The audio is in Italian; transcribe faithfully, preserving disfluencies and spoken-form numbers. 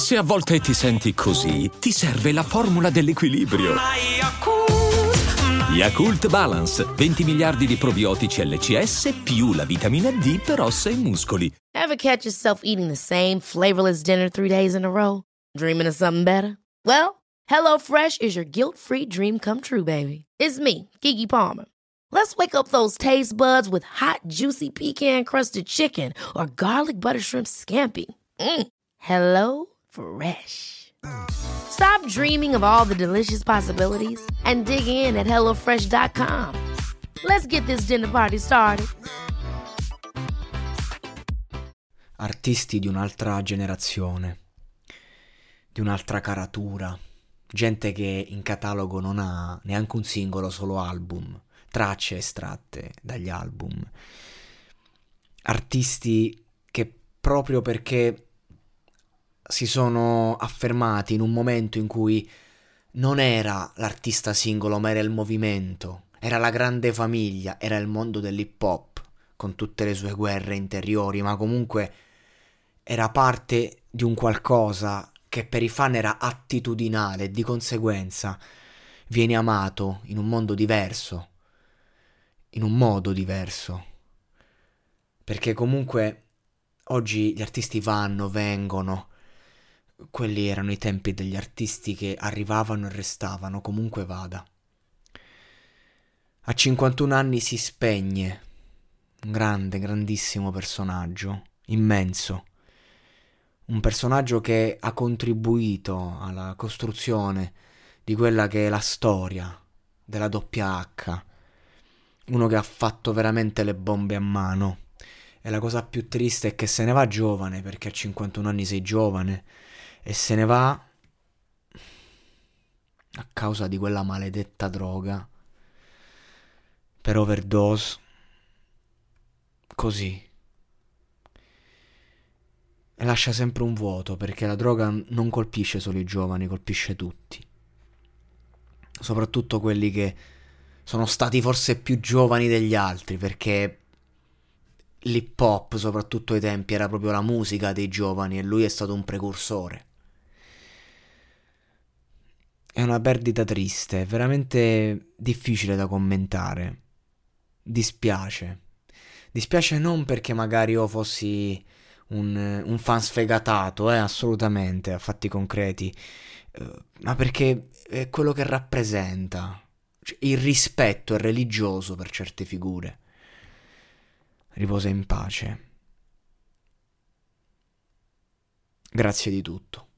Se a volte ti senti così, ti serve la formula dell'equilibrio. Yakult Balance, venti miliardi di probiotici L C S più la vitamina D per ossa e muscoli. Ever catch yourself eating the same flavorless dinner three days in a row? Dreaming of something better? Well, HelloFresh is your guilt-free dream come true, baby. It's me, Keke Palmer. Let's wake up those taste buds with hot, juicy pecan-crusted chicken or garlic butter shrimp scampi. Mm. Hello Fresh. Stop dreaming of all the delicious possibilities and dig in at hello fresh dot com. Let's get this dinner party started. Artisti di un'altra generazione, di un'altra caratura, gente che in catalogo non ha neanche un singolo, solo album, tracce estratte dagli album, artisti che proprio perché si sono affermati in un momento in cui non era l'artista singolo ma era il movimento, era la grande famiglia, era il mondo dell'hip hop con tutte le sue guerre interiori, ma comunque era parte di un qualcosa che per i fan era attitudinale e di conseguenza viene amato in un mondo diverso, in un modo diverso, perché comunque oggi gli artisti vanno, vengono, quelli erano i tempi degli artisti che arrivavano e restavano, comunque vada. A cinquantuno anni si spegne un grande, grandissimo personaggio, immenso, un personaggio che ha contribuito alla costruzione di quella che è la storia della doppia H, uno che ha fatto veramente le bombe a mano. E la cosa più triste è che se ne va giovane, perché a cinquantuno anni sei giovane, e se ne va a causa di quella maledetta droga, per overdose, così. E lascia sempre un vuoto, perché la droga non colpisce solo i giovani, colpisce tutti. Soprattutto quelli che sono stati forse più giovani degli altri, perché l'hip hop, soprattutto ai tempi, era proprio la musica dei giovani e lui è stato un precursore. È una perdita triste, veramente difficile da commentare. Dispiace. Dispiace non perché magari io fossi un, un fan sfegatato, eh, assolutamente, a fatti concreti, eh, ma perché è quello che rappresenta. Cioè, il rispetto è religioso per certe figure. Riposa in pace. Grazie di tutto.